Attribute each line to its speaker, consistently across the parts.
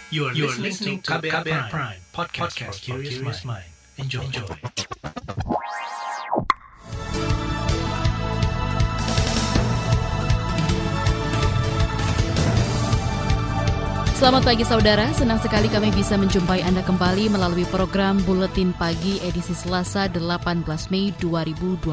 Speaker 1: You are listening to KBR Prime, podcast for curious mind. Enjoy.
Speaker 2: Selamat pagi saudara, senang sekali kami bisa menjumpai Anda kembali melalui program Buletin Pagi edisi Selasa 18 Mei 2021.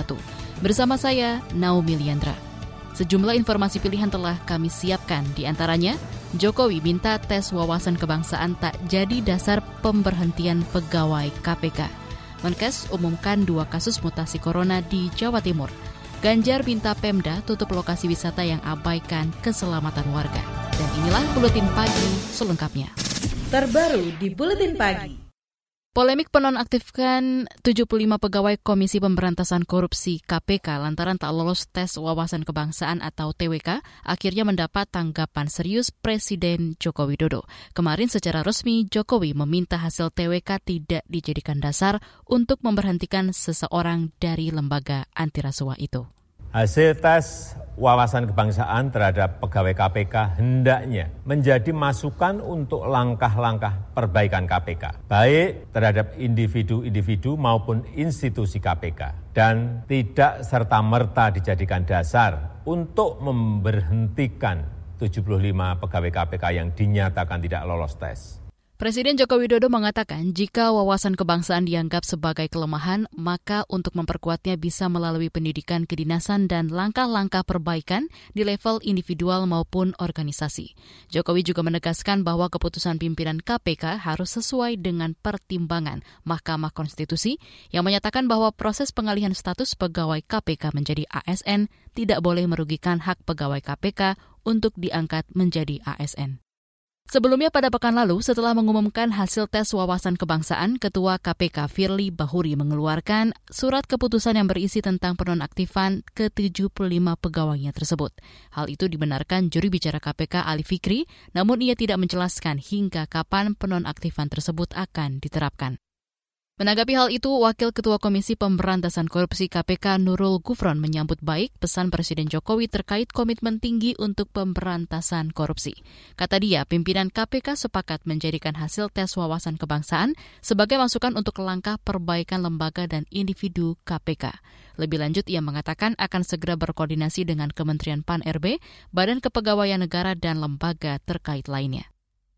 Speaker 2: Bersama saya, Naomi Liandra. Sejumlah informasi pilihan telah kami siapkan, di antaranya Jokowi minta tes wawasan kebangsaan tak jadi dasar pemberhentian pegawai KPK. Menkes umumkan 2 kasus mutasi corona di Jawa Timur. Ganjar minta Pemda tutup lokasi wisata yang abaikan keselamatan warga. Dan inilah Buletin Pagi selengkapnya.
Speaker 3: Terbaru di Buletin Pagi.
Speaker 2: Polemik penonaktifkan 75 pegawai Komisi Pemberantasan Korupsi KPK lantaran tak lolos tes wawasan kebangsaan atau TWK akhirnya mendapat tanggapan serius Presiden Joko Widodo. Kemarin secara resmi Jokowi meminta hasil TWK tidak dijadikan dasar untuk memberhentikan seseorang dari lembaga anti rasuah itu.
Speaker 4: Hasil tes wawasan kebangsaan terhadap pegawai KPK hendaknya menjadi masukan untuk langkah-langkah perbaikan KPK, baik terhadap individu-individu maupun institusi KPK, dan tidak serta-merta dijadikan dasar untuk memberhentikan 75 pegawai KPK yang dinyatakan tidak lolos tes.
Speaker 2: Presiden Joko Widodo mengatakan jika wawasan kebangsaan dianggap sebagai kelemahan, maka untuk memperkuatnya bisa melalui pendidikan kedinasan dan langkah-langkah perbaikan di level individual maupun organisasi. Jokowi juga menegaskan bahwa keputusan pimpinan KPK harus sesuai dengan pertimbangan Mahkamah Konstitusi yang menyatakan bahwa proses pengalihan status pegawai KPK menjadi ASN tidak boleh merugikan hak pegawai KPK untuk diangkat menjadi ASN. Sebelumnya pada pekan lalu, setelah mengumumkan hasil tes wawasan kebangsaan, Ketua KPK Firly Bahuri mengeluarkan surat keputusan yang berisi tentang penonaktifan ke-75 pegawainya tersebut. Hal itu dibenarkan juri bicara KPK Ali Fikri, namun ia tidak menjelaskan hingga kapan penonaktifan tersebut akan diterapkan. Menanggapi hal itu, Wakil Ketua Komisi Pemberantasan Korupsi KPK Nurul Gufron menyambut baik pesan Presiden Jokowi terkait komitmen tinggi untuk pemberantasan korupsi. Kata dia, pimpinan KPK sepakat menjadikan hasil tes wawasan kebangsaan sebagai masukan untuk langkah perbaikan lembaga dan individu KPK. Lebih lanjut, ia mengatakan akan segera berkoordinasi dengan Kementerian Pan-RB, Badan Kepegawaian Negara, dan lembaga terkait lainnya.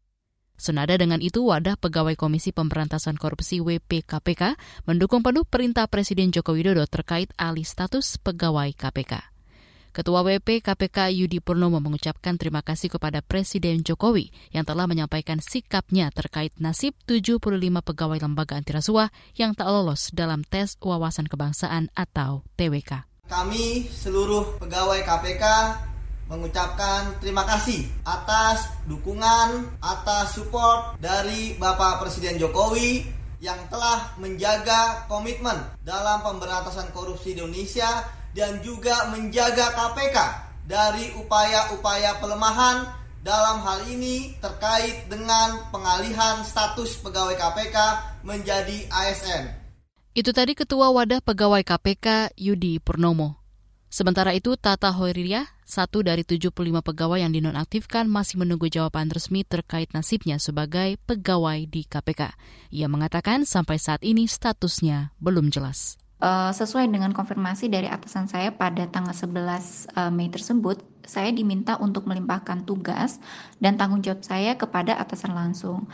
Speaker 2: Senada dengan itu, Wadah Pegawai Komisi Pemberantasan Korupsi WPKPK mendukung penuh perintah Presiden Joko Widodo terkait alih status pegawai KPK. Ketua WPKPK Yudi Purnomo mengucapkan terima kasih kepada Presiden Jokowi yang telah menyampaikan sikapnya terkait nasib 75 pegawai lembaga anti rasuah yang tak lolos dalam tes wawasan kebangsaan atau TWK.
Speaker 5: Kami seluruh pegawai KPK mengucapkan terima kasih atas dukungan, atas support dari Bapak Presiden Jokowi yang telah menjaga komitmen dalam pemberantasan korupsi di Indonesia dan juga menjaga KPK dari upaya-upaya pelemahan dalam hal ini terkait dengan pengalihan status pegawai KPK menjadi ASN.
Speaker 2: Itu tadi Ketua Wadah Pegawai KPK Yudi Purnomo. Sementara itu, Tata Hoiriah, satu dari 75 pegawai yang dinonaktifkan, masih menunggu jawaban resmi terkait nasibnya sebagai pegawai di KPK. Ia mengatakan sampai saat ini statusnya belum jelas.
Speaker 6: Sesuai dengan konfirmasi dari atasan saya pada tanggal 11 Mei tersebut, saya diminta untuk melimpahkan tugas dan tanggung jawab saya kepada atasan langsung.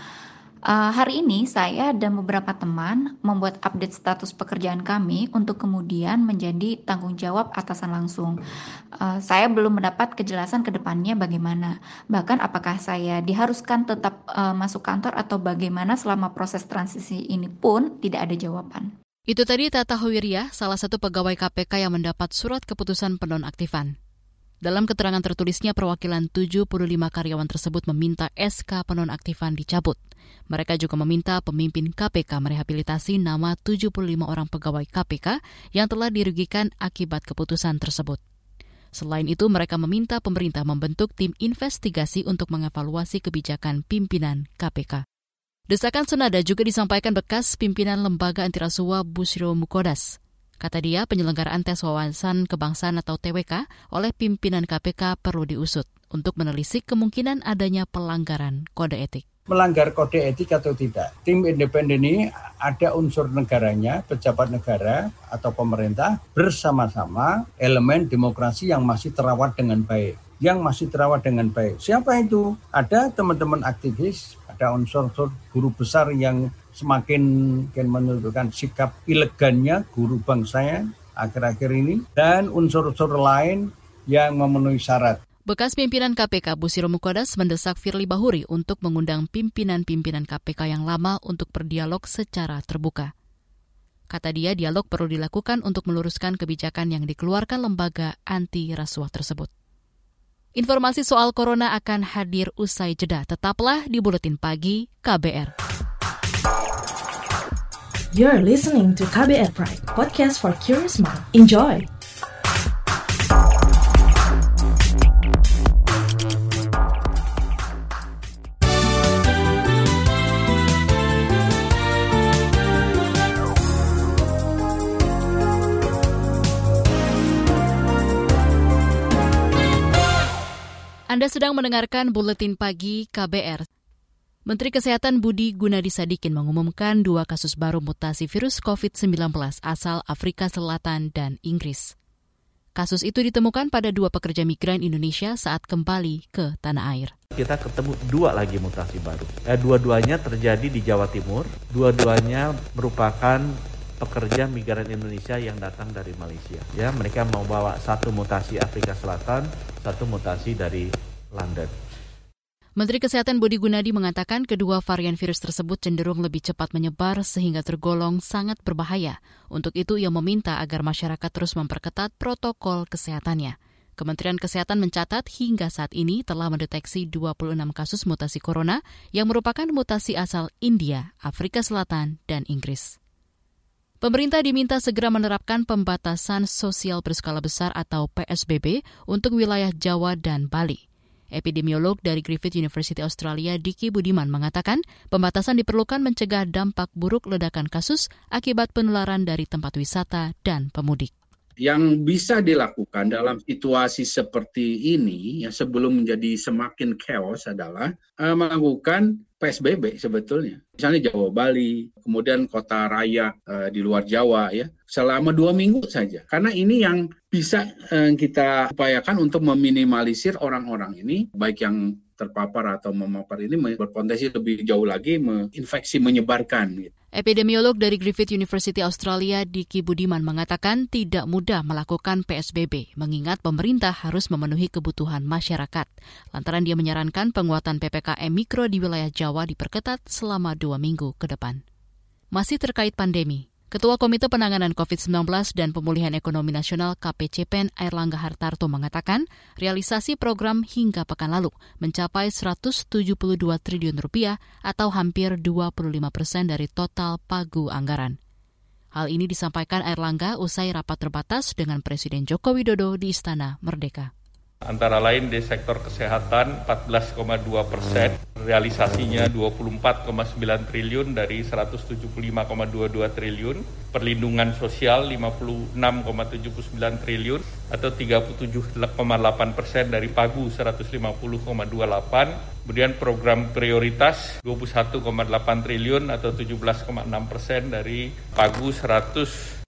Speaker 6: Hari ini saya dan beberapa teman membuat update status pekerjaan kami untuk kemudian menjadi tanggung jawab atasan langsung. Saya belum mendapat kejelasan ke depannya bagaimana. Bahkan apakah saya diharuskan tetap masuk kantor atau bagaimana selama proses transisi ini pun tidak ada jawaban.
Speaker 2: Itu tadi Tata Hoiriah, salah satu pegawai KPK yang mendapat surat keputusan penonaktifan. Dalam keterangan tertulisnya, perwakilan 75 karyawan tersebut meminta SK penonaktifan dicabut. Mereka juga meminta pemimpin KPK merehabilitasi nama 75 orang pegawai KPK yang telah dirugikan akibat keputusan tersebut. Selain itu, mereka meminta pemerintah membentuk tim investigasi untuk mengevaluasi kebijakan pimpinan KPK. Desakan senada juga disampaikan bekas pimpinan lembaga anti rasuah Busyro Mukodas. Kata dia, penyelenggaraan tes wawasan kebangsaan atau TWK oleh pimpinan KPK perlu diusut untuk menelisik kemungkinan adanya pelanggaran kode etik.
Speaker 7: melanggar kode etik atau tidak. Tim independen ini ada unsur negaranya, pejabat negara atau pemerintah bersama-sama elemen demokrasi yang masih terawat dengan baik. Siapa itu? Ada teman-teman aktivis, ada unsur-unsur guru besar yang semakin menunjukkan sikap elegannya guru bangsanya akhir-akhir ini, dan unsur-unsur lain yang memenuhi syarat.
Speaker 2: Bekas pimpinan KPK Busiro Mukodas mendesak Firly Bahuri untuk mengundang pimpinan-pimpinan KPK yang lama untuk berdialog secara terbuka. Kata dia, dialog perlu dilakukan untuk meluruskan kebijakan yang dikeluarkan lembaga anti rasuah tersebut. Informasi soal corona akan hadir usai jeda. Tetaplah di Buletin Pagi KBR.
Speaker 3: You're listening to KBR Pride, podcast for curious mind. Enjoy!
Speaker 2: Anda sedang mendengarkan Buletin Pagi KBR. Menteri Kesehatan Budi Gunadi Sadikin mengumumkan 2 kasus baru mutasi virus COVID-19 asal Afrika Selatan dan Inggris. Kasus itu ditemukan pada 2 pekerja migran Indonesia saat kembali ke tanah air.
Speaker 8: Kita ketemu 2 lagi mutasi baru. Dua-duanya terjadi di Jawa Timur. Dua-duanya merupakan pekerja migran Indonesia yang datang dari Malaysia. Ya, mereka membawa 1 mutasi Afrika Selatan, 1 mutasi dari London.
Speaker 2: Menteri Kesehatan Budi Gunadi mengatakan kedua varian virus tersebut cenderung lebih cepat menyebar sehingga tergolong sangat berbahaya. Untuk itu ia meminta agar masyarakat terus memperketat protokol kesehatannya. Kementerian Kesehatan mencatat hingga saat ini telah mendeteksi 26 kasus mutasi corona yang merupakan mutasi asal India, Afrika Selatan, dan Inggris. Pemerintah diminta segera menerapkan pembatasan sosial berskala besar atau PSBB untuk wilayah Jawa dan Bali. Epidemiolog dari Griffith University Australia, Diki Budiman, mengatakan pembatasan diperlukan mencegah dampak buruk ledakan kasus akibat penularan dari tempat wisata dan pemudik.
Speaker 9: Yang bisa dilakukan dalam situasi seperti ini, ya, sebelum menjadi semakin chaos adalah melakukan PSBB sebetulnya. Misalnya Jawa Bali, kemudian kota raya di luar Jawa, ya, selama 2 minggu saja. Karena ini yang bisa kita upayakan untuk meminimalisir orang-orang ini, baik yang terpapar atau memapar ini berpotensi lebih jauh lagi menginfeksi, menyebarkan.
Speaker 2: Epidemiolog dari Griffith University Australia, Diki Budiman, mengatakan tidak mudah melakukan PSBB, mengingat pemerintah harus memenuhi kebutuhan masyarakat. Lantaran dia menyarankan penguatan PPKM Mikro di wilayah Jawa diperketat selama 2 minggu ke depan. Masih terkait pandemi, Ketua Komite Penanganan COVID-19 dan Pemulihan Ekonomi Nasional KPCPEN Airlangga Hartarto mengatakan realisasi program hingga pekan lalu mencapai Rp172 triliun atau hampir 25% dari total pagu anggaran. Hal ini disampaikan Airlangga usai rapat terbatas dengan Presiden Joko Widodo di Istana Merdeka.
Speaker 10: Antara lain di sektor kesehatan 14,2%, realisasinya 24,9 triliun dari 175,22 triliun, perlindungan sosial 56,79 triliun atau 37,8% dari pagu 150,28, kemudian program prioritas 21,8 triliun atau 17,6% dari pagu 123,67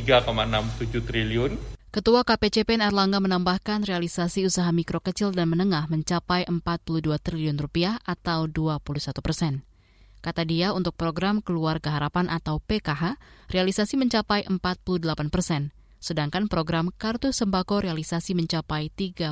Speaker 10: triliun.
Speaker 2: Ketua KPCPEN Airlangga menambahkan realisasi usaha mikro kecil dan menengah mencapai Rp42 triliun atau 21%. Kata dia, untuk program Keluarga Harapan atau PKH, realisasi mencapai 48%, sedangkan program Kartu Sembako realisasi mencapai 38%.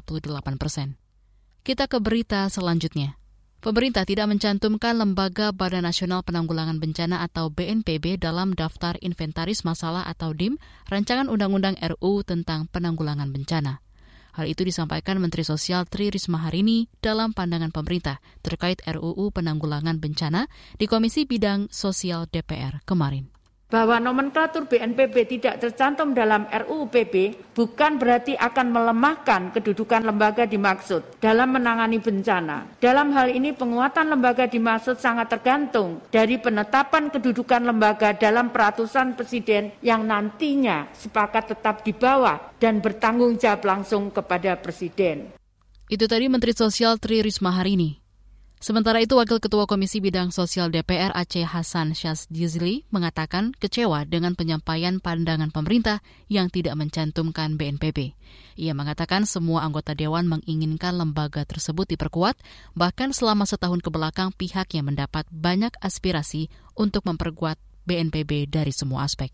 Speaker 2: Kita ke berita selanjutnya. Pemerintah tidak mencantumkan Lembaga Badan Nasional Penanggulangan Bencana atau BNPB dalam daftar inventaris masalah atau DIM Rancangan Undang-Undang RUU tentang Penanggulangan Bencana. Hal itu disampaikan Menteri Sosial Tri Risma hari ini dalam pandangan pemerintah terkait RUU Penanggulangan Bencana di Komisi Bidang Sosial DPR kemarin.
Speaker 11: Bahwa nomenklatur BNPB tidak tercantum dalam RUU PB bukan berarti akan melemahkan kedudukan lembaga dimaksud dalam menangani bencana. Dalam hal ini penguatan lembaga dimaksud sangat tergantung dari penetapan kedudukan lembaga dalam peratusan Presiden yang nantinya sepakat tetap di bawah dan bertanggung jawab langsung kepada Presiden.
Speaker 2: Itu tadi Menteri Sosial Tri Risma hari ini. Sementara itu, Wakil Ketua Komisi Bidang Sosial DPR Aceh Hasan Syazili mengatakan kecewa dengan penyampaian pandangan pemerintah yang tidak mencantumkan BNPB. Ia mengatakan semua anggota Dewan menginginkan lembaga tersebut diperkuat, bahkan selama setahun kebelakang pihaknya mendapat banyak aspirasi untuk memperkuat BNPB dari semua aspek.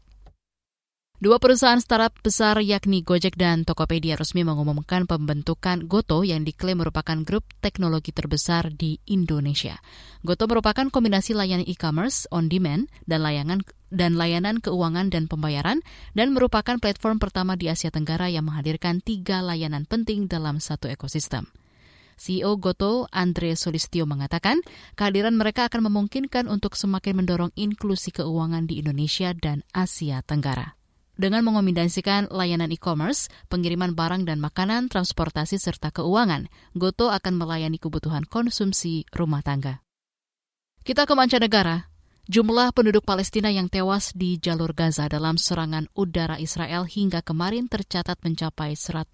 Speaker 2: Dua perusahaan startup besar yakni Gojek dan Tokopedia resmi mengumumkan pembentukan Goto yang diklaim merupakan grup teknologi terbesar di Indonesia. Goto merupakan kombinasi layanan e-commerce, on-demand, dan layanan keuangan dan pembayaran, dan merupakan platform pertama di Asia Tenggara yang menghadirkan 3 layanan penting dalam satu ekosistem. CEO Goto, Andre Solistio, mengatakan kehadiran mereka akan memungkinkan untuk semakin mendorong inklusi keuangan di Indonesia dan Asia Tenggara. Dengan mengombinasikan layanan e-commerce, pengiriman barang dan makanan, transportasi, serta keuangan, Goto akan melayani kebutuhan konsumsi rumah tangga. Kita ke mancanegara. Jumlah penduduk Palestina yang tewas di jalur Gaza dalam serangan udara Israel hingga kemarin tercatat mencapai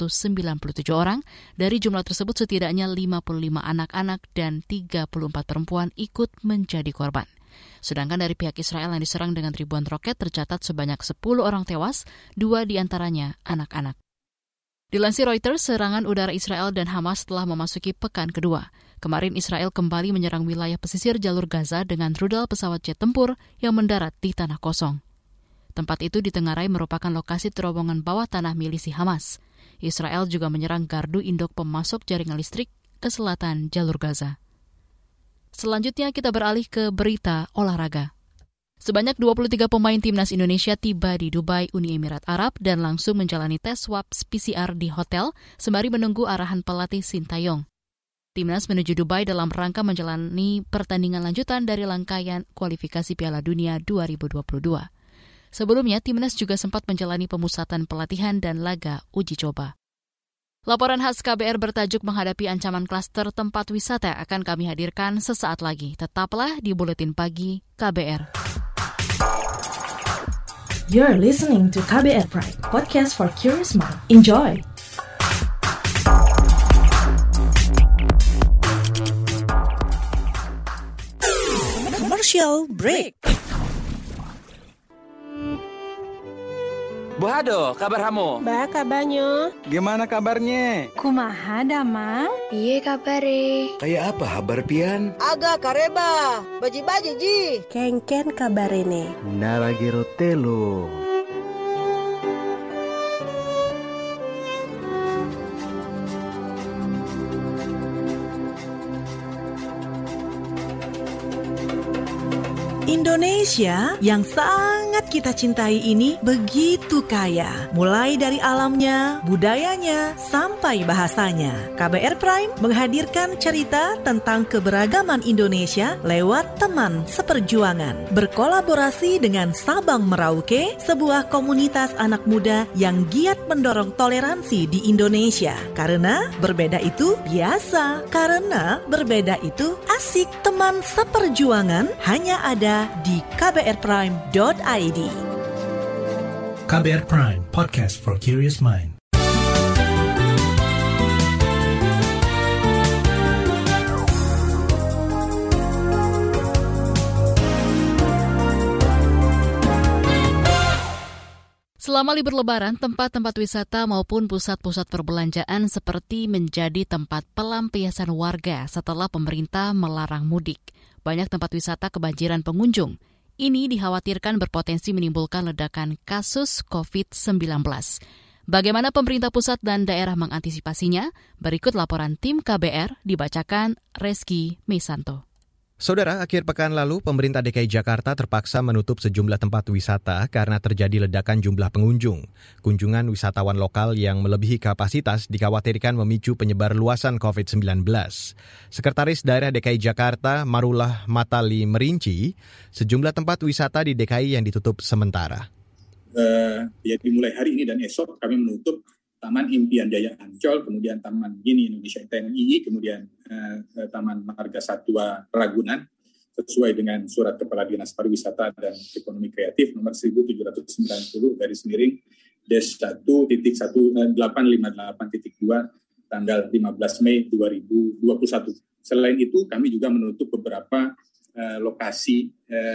Speaker 2: 197 orang. Dari jumlah tersebut setidaknya 55 anak-anak dan 34 perempuan ikut menjadi korban. Sedangkan dari pihak Israel yang diserang dengan ribuan roket tercatat sebanyak 10 orang tewas, 2 diantaranya anak-anak. Dilansir Reuters, serangan udara Israel dan Hamas telah memasuki pekan kedua. Kemarin Israel kembali menyerang wilayah pesisir jalur Gaza dengan rudal pesawat jet tempur yang mendarat di tanah kosong. Tempat itu ditengarai merupakan lokasi terowongan bawah tanah milisi Hamas. Israel juga menyerang gardu induk pemasok jaringan listrik ke selatan jalur Gaza. Selanjutnya kita beralih ke berita olahraga. Sebanyak 23 pemain timnas Indonesia tiba di Dubai, Uni Emirat Arab dan langsung menjalani tes swab PCR di hotel sembari menunggu arahan pelatih Sintayong. Timnas menuju Dubai dalam rangka menjalani pertandingan lanjutan dari rangkaian kualifikasi Piala Dunia 2022. Sebelumnya, Timnas juga sempat menjalani pemusatan pelatihan dan laga uji coba. Laporan khas KBR bertajuk menghadapi ancaman klaster tempat wisata akan kami hadirkan sesaat lagi. Tetaplah di Buletin Pagi KBR.
Speaker 3: You're listening to KBR Pride, podcast for curious mind. Enjoy!
Speaker 12: Commercial break.
Speaker 13: Bu Hado, kabar hamu?
Speaker 14: Ba, kabarnya.
Speaker 13: Gimana kabarnya?
Speaker 14: Kumaha damang?
Speaker 15: Piye kabare?
Speaker 13: Kayak apa kabar pian?
Speaker 12: Aga kareba, baji-baji ji.
Speaker 14: Kengken kabarene.
Speaker 13: Naragiro telo.
Speaker 12: Indonesia yang sangat kita cintai ini begitu kaya, mulai dari alamnya, budayanya, sampai bahasanya. KBR Prime menghadirkan cerita tentang keberagaman Indonesia lewat teman seperjuangan. Berkolaborasi dengan Sabang Merauke, sebuah komunitas anak muda yang giat mendorong toleransi di Indonesia. Karena berbeda itu biasa, karena berbeda itu asik. Teman seperjuangan hanya ada di kbrprime.id.
Speaker 1: KBR Prime, podcast for curious mind.
Speaker 2: Selama libur Lebaran, tempat-tempat wisata maupun pusat-pusat perbelanjaan seperti menjadi tempat pelampiasan warga setelah pemerintah melarang mudik. Banyak tempat wisata kebanjiran pengunjung. Ini dikhawatirkan berpotensi menimbulkan ledakan kasus COVID-19. Bagaimana pemerintah pusat dan daerah mengantisipasinya? Berikut laporan tim KBR dibacakan Reski Mesanto.
Speaker 16: Saudara, akhir pekan lalu pemerintah DKI Jakarta terpaksa menutup sejumlah tempat wisata karena terjadi ledakan jumlah pengunjung. Kunjungan wisatawan lokal yang melebihi kapasitas dikhawatirkan memicu penyebar luasan COVID-19. Sekretaris Daerah DKI Jakarta, Marullah Matali, merinci sejumlah tempat wisata di DKI yang ditutup sementara.
Speaker 17: Dimulai hari ini dan esok kami menutup Taman Impian Jaya Ancol, kemudian Taman Gini Indonesia TNI, kemudian Taman Marga Satwa Ragunan, sesuai dengan Surat Kepala Dinas Pariwisata dan Ekonomi Kreatif nomor 1790/1/1.1858.2 tanggal 15 Mei 2021. Selain itu, kami juga menutup beberapa lokasi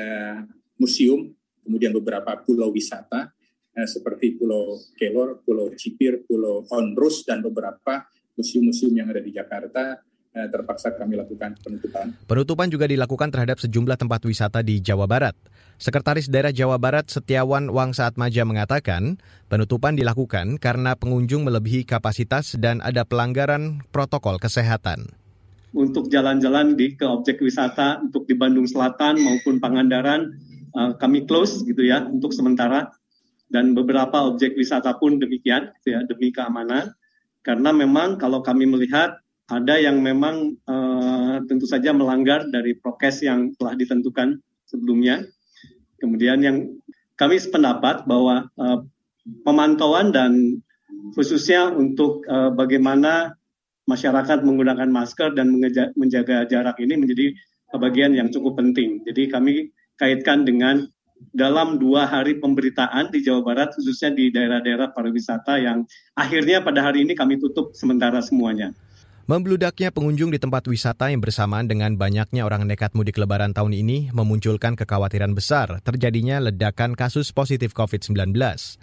Speaker 17: museum, kemudian beberapa pulau wisata seperti Pulau Kelor, Pulau Cipir, Pulau Onrus, dan beberapa museum-museum yang ada di Jakarta terpaksa kami lakukan penutupan.
Speaker 16: Penutupan juga dilakukan terhadap sejumlah tempat wisata di Jawa Barat. Sekretaris Daerah Jawa Barat Setiawan Wangsaatmaja mengatakan, penutupan dilakukan karena pengunjung melebihi kapasitas dan ada pelanggaran protokol kesehatan.
Speaker 15: Untuk jalan-jalan ke objek wisata untuk di Bandung Selatan maupun Pangandaran kami close gitu ya untuk sementara, dan beberapa objek wisata pun demikian gitu ya, demi keamanan, karena memang kalau kami melihat ada yang memang tentu saja melanggar dari prokes yang telah ditentukan sebelumnya. Kemudian yang kami sependapat bahwa pemantauan dan khususnya untuk bagaimana masyarakat menggunakan masker dan menjaga jarak ini menjadi bagian yang cukup penting. Jadi kami kaitkan dengan dalam 2 hari pemberitaan di Jawa Barat, khususnya di daerah-daerah pariwisata yang akhirnya pada hari ini kami tutup sementara semuanya.
Speaker 16: Membludaknya pengunjung di tempat wisata yang bersamaan dengan banyaknya orang nekat mudik lebaran tahun ini memunculkan kekhawatiran besar terjadinya ledakan kasus positif COVID-19.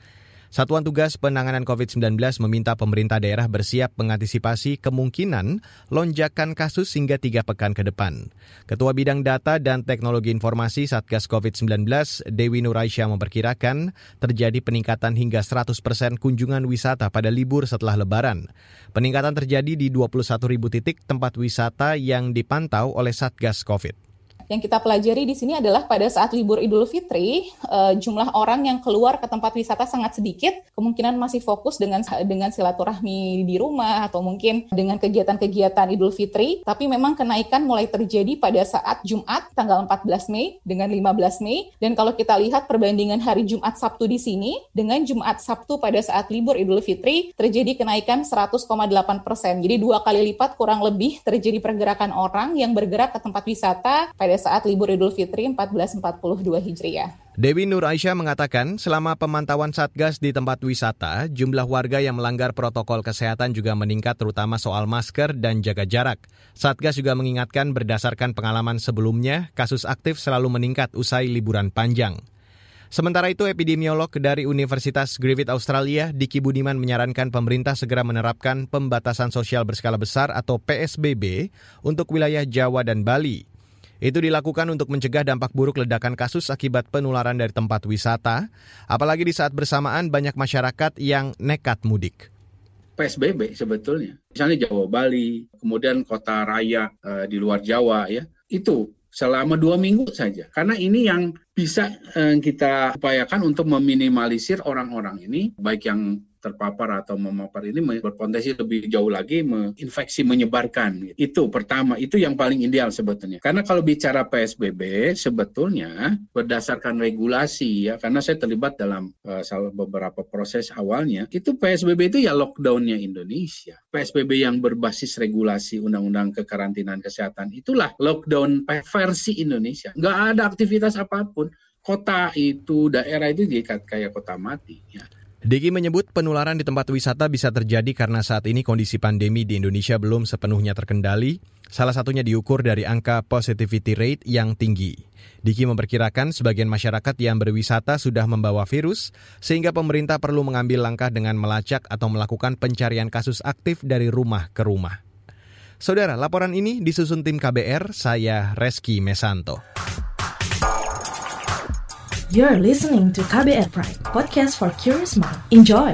Speaker 16: Satuan Tugas Penanganan COVID-19 meminta pemerintah daerah bersiap mengantisipasi kemungkinan lonjakan kasus hingga 3 pekan ke depan. Ketua Bidang Data dan Teknologi Informasi Satgas COVID-19, Dewi Nuraisyah memperkirakan terjadi peningkatan hingga 100% kunjungan wisata pada libur setelah Lebaran. Peningkatan terjadi di 21.000 titik tempat wisata yang dipantau oleh Satgas COVID.
Speaker 18: Yang kita pelajari di sini adalah pada saat libur Idul Fitri, jumlah orang yang keluar ke tempat wisata sangat sedikit, kemungkinan masih fokus dengan silaturahmi di rumah atau mungkin dengan kegiatan-kegiatan Idul Fitri, tapi memang kenaikan mulai terjadi pada saat Jumat tanggal 14 Mei dengan 15 Mei, dan kalau kita lihat perbandingan hari Jumat Sabtu di sini dengan Jumat Sabtu pada saat libur Idul Fitri, terjadi kenaikan 100,8%. Jadi 2 kali lipat kurang lebih terjadi pergerakan orang yang bergerak ke tempat wisata pada saat libur Idul Fitri 1442 Hijriah.
Speaker 16: Dewi Nuraisyah mengatakan selama pemantauan Satgas di tempat wisata, jumlah warga yang melanggar protokol kesehatan juga meningkat terutama soal masker dan jaga jarak. Satgas juga mengingatkan berdasarkan pengalaman sebelumnya, kasus aktif selalu meningkat usai liburan panjang. Sementara itu, epidemiolog dari Universitas Griffith Australia, Diki Budiman menyarankan pemerintah segera menerapkan pembatasan sosial berskala besar atau PSBB untuk wilayah Jawa dan Bali. Itu dilakukan untuk mencegah dampak buruk ledakan kasus akibat penularan dari tempat wisata, apalagi di saat bersamaan banyak masyarakat yang nekat mudik.
Speaker 9: PSBB sebetulnya, misalnya Jawa Bali, kemudian kota raya di luar Jawa, ya itu selama 2 minggu saja. Karena ini yang bisa kita upayakan untuk meminimalisir orang-orang ini, baik yang terpapar atau memapar ini berpotensi lebih jauh lagi menginfeksi, menyebarkan. Itu pertama, itu yang paling ideal sebetulnya. Karena kalau bicara PSBB sebetulnya berdasarkan regulasi ya, karena saya terlibat dalam beberapa proses awalnya, itu PSBB itu ya lockdown-nya Indonesia. PSBB yang berbasis regulasi Undang-Undang Kekarantinaan Kesehatan itulah lockdown versi Indonesia. Nggak ada aktivitas apapun. Kota itu, daerah itu jadi kayak kota mati ya.
Speaker 16: Diki menyebut penularan di tempat wisata bisa terjadi karena saat ini kondisi pandemi di Indonesia belum sepenuhnya terkendali, salah satunya diukur dari angka positivity rate yang tinggi. Diki memperkirakan sebagian masyarakat yang berwisata sudah membawa virus, sehingga pemerintah perlu mengambil langkah dengan melacak atau melakukan pencarian kasus aktif dari rumah ke rumah. Saudara, laporan ini disusun tim KBR, saya Reski Mesanto.
Speaker 3: You're listening to KBR Pride, podcast for curious mind. Enjoy!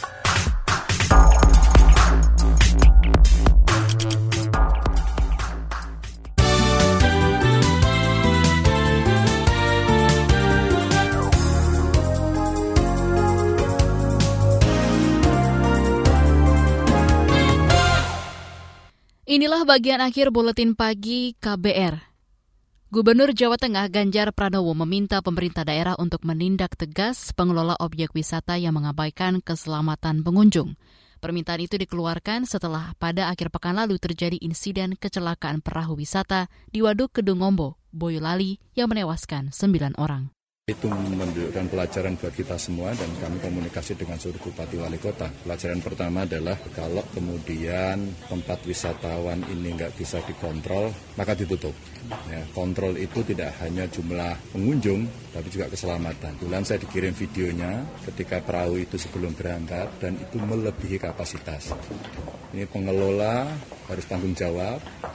Speaker 2: Inilah bagian akhir buletin pagi KBR. Gubernur Jawa Tengah Ganjar Pranowo meminta pemerintah daerah untuk menindak tegas pengelola objek wisata yang mengabaikan keselamatan pengunjung. Permintaan itu dikeluarkan setelah pada akhir pekan lalu terjadi insiden kecelakaan perahu wisata di Waduk Kedungombo, Boyolali yang menewaskan 9 orang.
Speaker 19: Itu menunjukkan pelajaran buat kita semua dan kami komunikasi dengan seluruh bupati wali kota. Pelajaran pertama adalah kalau kemudian tempat wisatawan ini nggak bisa dikontrol, maka ditutup. Ya, kontrol itu tidak hanya jumlah pengunjung, tapi juga keselamatan. Bulan saya dikirim videonya ketika perahu itu sebelum berangkat dan itu melebihi kapasitas. Ini pengelola harus tanggung jawab.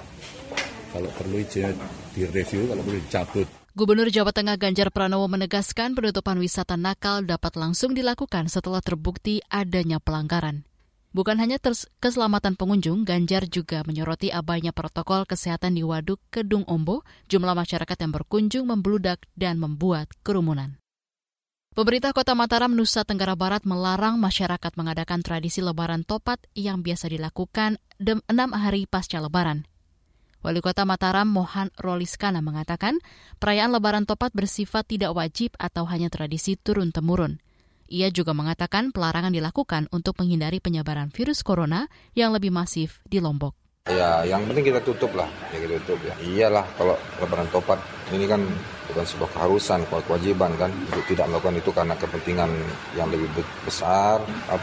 Speaker 19: Kalau perlu direview, kalau perlu dicabut.
Speaker 2: Gubernur Jawa Tengah Ganjar Pranowo menegaskan penutupan wisata nakal dapat langsung dilakukan setelah terbukti adanya pelanggaran. Bukan hanya keselamatan pengunjung, Ganjar juga menyoroti abainya protokol kesehatan di Waduk Kedung Ombo, jumlah masyarakat yang berkunjung membludak dan membuat kerumunan. Pemerintah Kota Mataram, Nusa Tenggara Barat melarang masyarakat mengadakan tradisi Lebaran Topat yang biasa dilakukan 6 hari pasca Lebaran. Wali Kota Mataram Mohan Roliskana mengatakan perayaan Lebaran Topat bersifat tidak wajib atau hanya tradisi turun-temurun. Ia juga mengatakan pelarangan dilakukan untuk menghindari penyebaran virus corona yang lebih masif di Lombok.
Speaker 20: Ya, yang penting kita tutup lah, kita tutup ya. Iyalah, kalau Lebaran Topat ini kan bukan sebuah keharusan, kewajiban kan untuk tidak melakukan itu karena kepentingan yang lebih besar,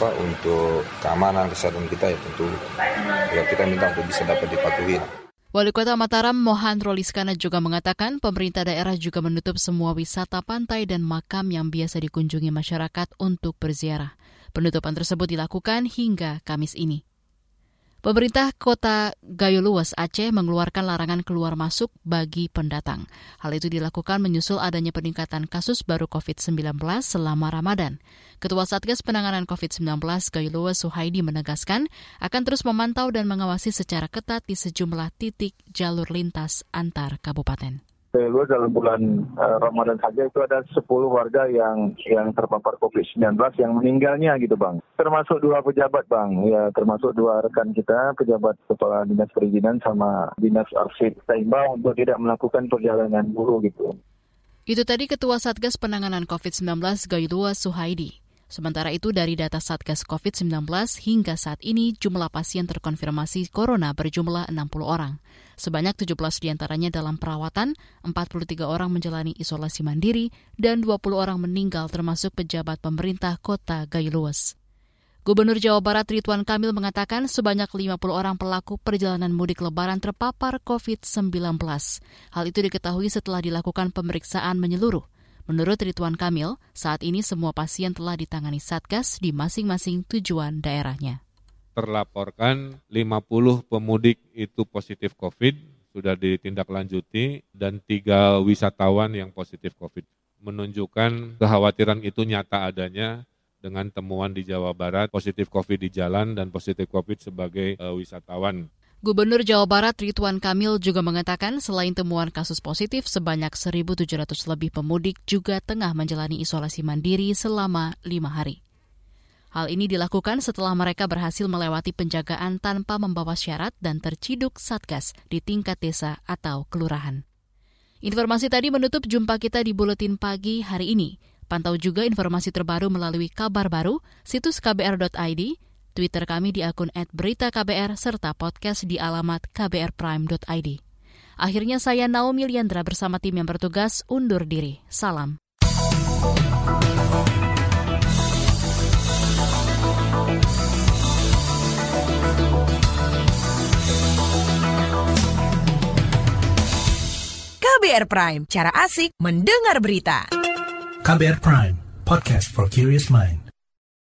Speaker 20: untuk keamanan kesehatan kita ya tentu. Ya, kita minta untuk bisa dapat dipatuhi.
Speaker 2: Wali Kota Mataram Mohan Roliskana juga mengatakan pemerintah daerah juga menutup semua wisata pantai dan makam yang biasa dikunjungi masyarakat untuk berziarah. Penutupan tersebut dilakukan hingga Kamis ini. Pemerintah Kota Gayo Luwes, Aceh mengeluarkan larangan keluar masuk bagi pendatang. Hal itu dilakukan menyusul adanya peningkatan kasus baru COVID-19 selama Ramadan. Ketua Satgas Penanganan COVID-19 Gayo Luwes Suhaidi menegaskan akan terus memantau dan mengawasi secara ketat di sejumlah titik jalur lintas antar kabupaten.
Speaker 21: Luar dalam bulan Ramadan saja itu ada 10 warga yang terpapar COVID-19 yang meninggalnya gitu Bang. Termasuk 2 pejabat Bang, ya termasuk 2 rekan kita, pejabat Kepala Dinas Perizinan sama Dinas Arsip. Kita imbau untuk tidak melakukan perjalanan buruh gitu.
Speaker 2: Itu tadi Ketua Satgas Penanganan COVID-19 Gayo Luwes Suhaidi. Sementara itu dari data Satgas COVID-19 hingga saat ini jumlah pasien terkonfirmasi corona berjumlah 60 orang. Sebanyak 17 diantaranya dalam perawatan, 43 orang menjalani isolasi mandiri, dan 20 orang meninggal termasuk pejabat pemerintah Kota Gayo Luwes. Gubernur Jawa Barat Ridwan Kamil mengatakan sebanyak 50 orang pelaku perjalanan mudik lebaran terpapar COVID-19. Hal itu diketahui setelah dilakukan pemeriksaan menyeluruh. Menurut Ridwan Kamil, saat ini semua pasien telah ditangani Satgas di masing-masing tujuan daerahnya.
Speaker 22: Terlaporkan 50 pemudik itu positif COVID, sudah ditindaklanjuti, dan 3 wisatawan yang positif COVID. Menunjukkan kekhawatiran itu nyata adanya dengan temuan di Jawa Barat, positif COVID di jalan dan positif COVID sebagai wisatawan.
Speaker 2: Gubernur Jawa Barat Ridwan Kamil juga mengatakan selain temuan kasus positif, sebanyak 1.700 lebih pemudik juga tengah menjalani isolasi mandiri selama 5 hari. Hal ini dilakukan setelah mereka berhasil melewati penjagaan tanpa membawa syarat dan terciduk Satgas di tingkat desa atau kelurahan. Informasi tadi menutup jumpa kita di Buletin Pagi hari ini. Pantau juga informasi terbaru melalui kabar baru, situs kbr.id, Twitter kami di akun @beritaKBR, serta podcast di alamat kbrprime.id. Akhirnya saya Naomi Liandra bersama tim yang bertugas undur diri. Salam.
Speaker 12: KBR Prime, cara asik mendengar berita.
Speaker 1: KBR Prime, podcast for curious mind.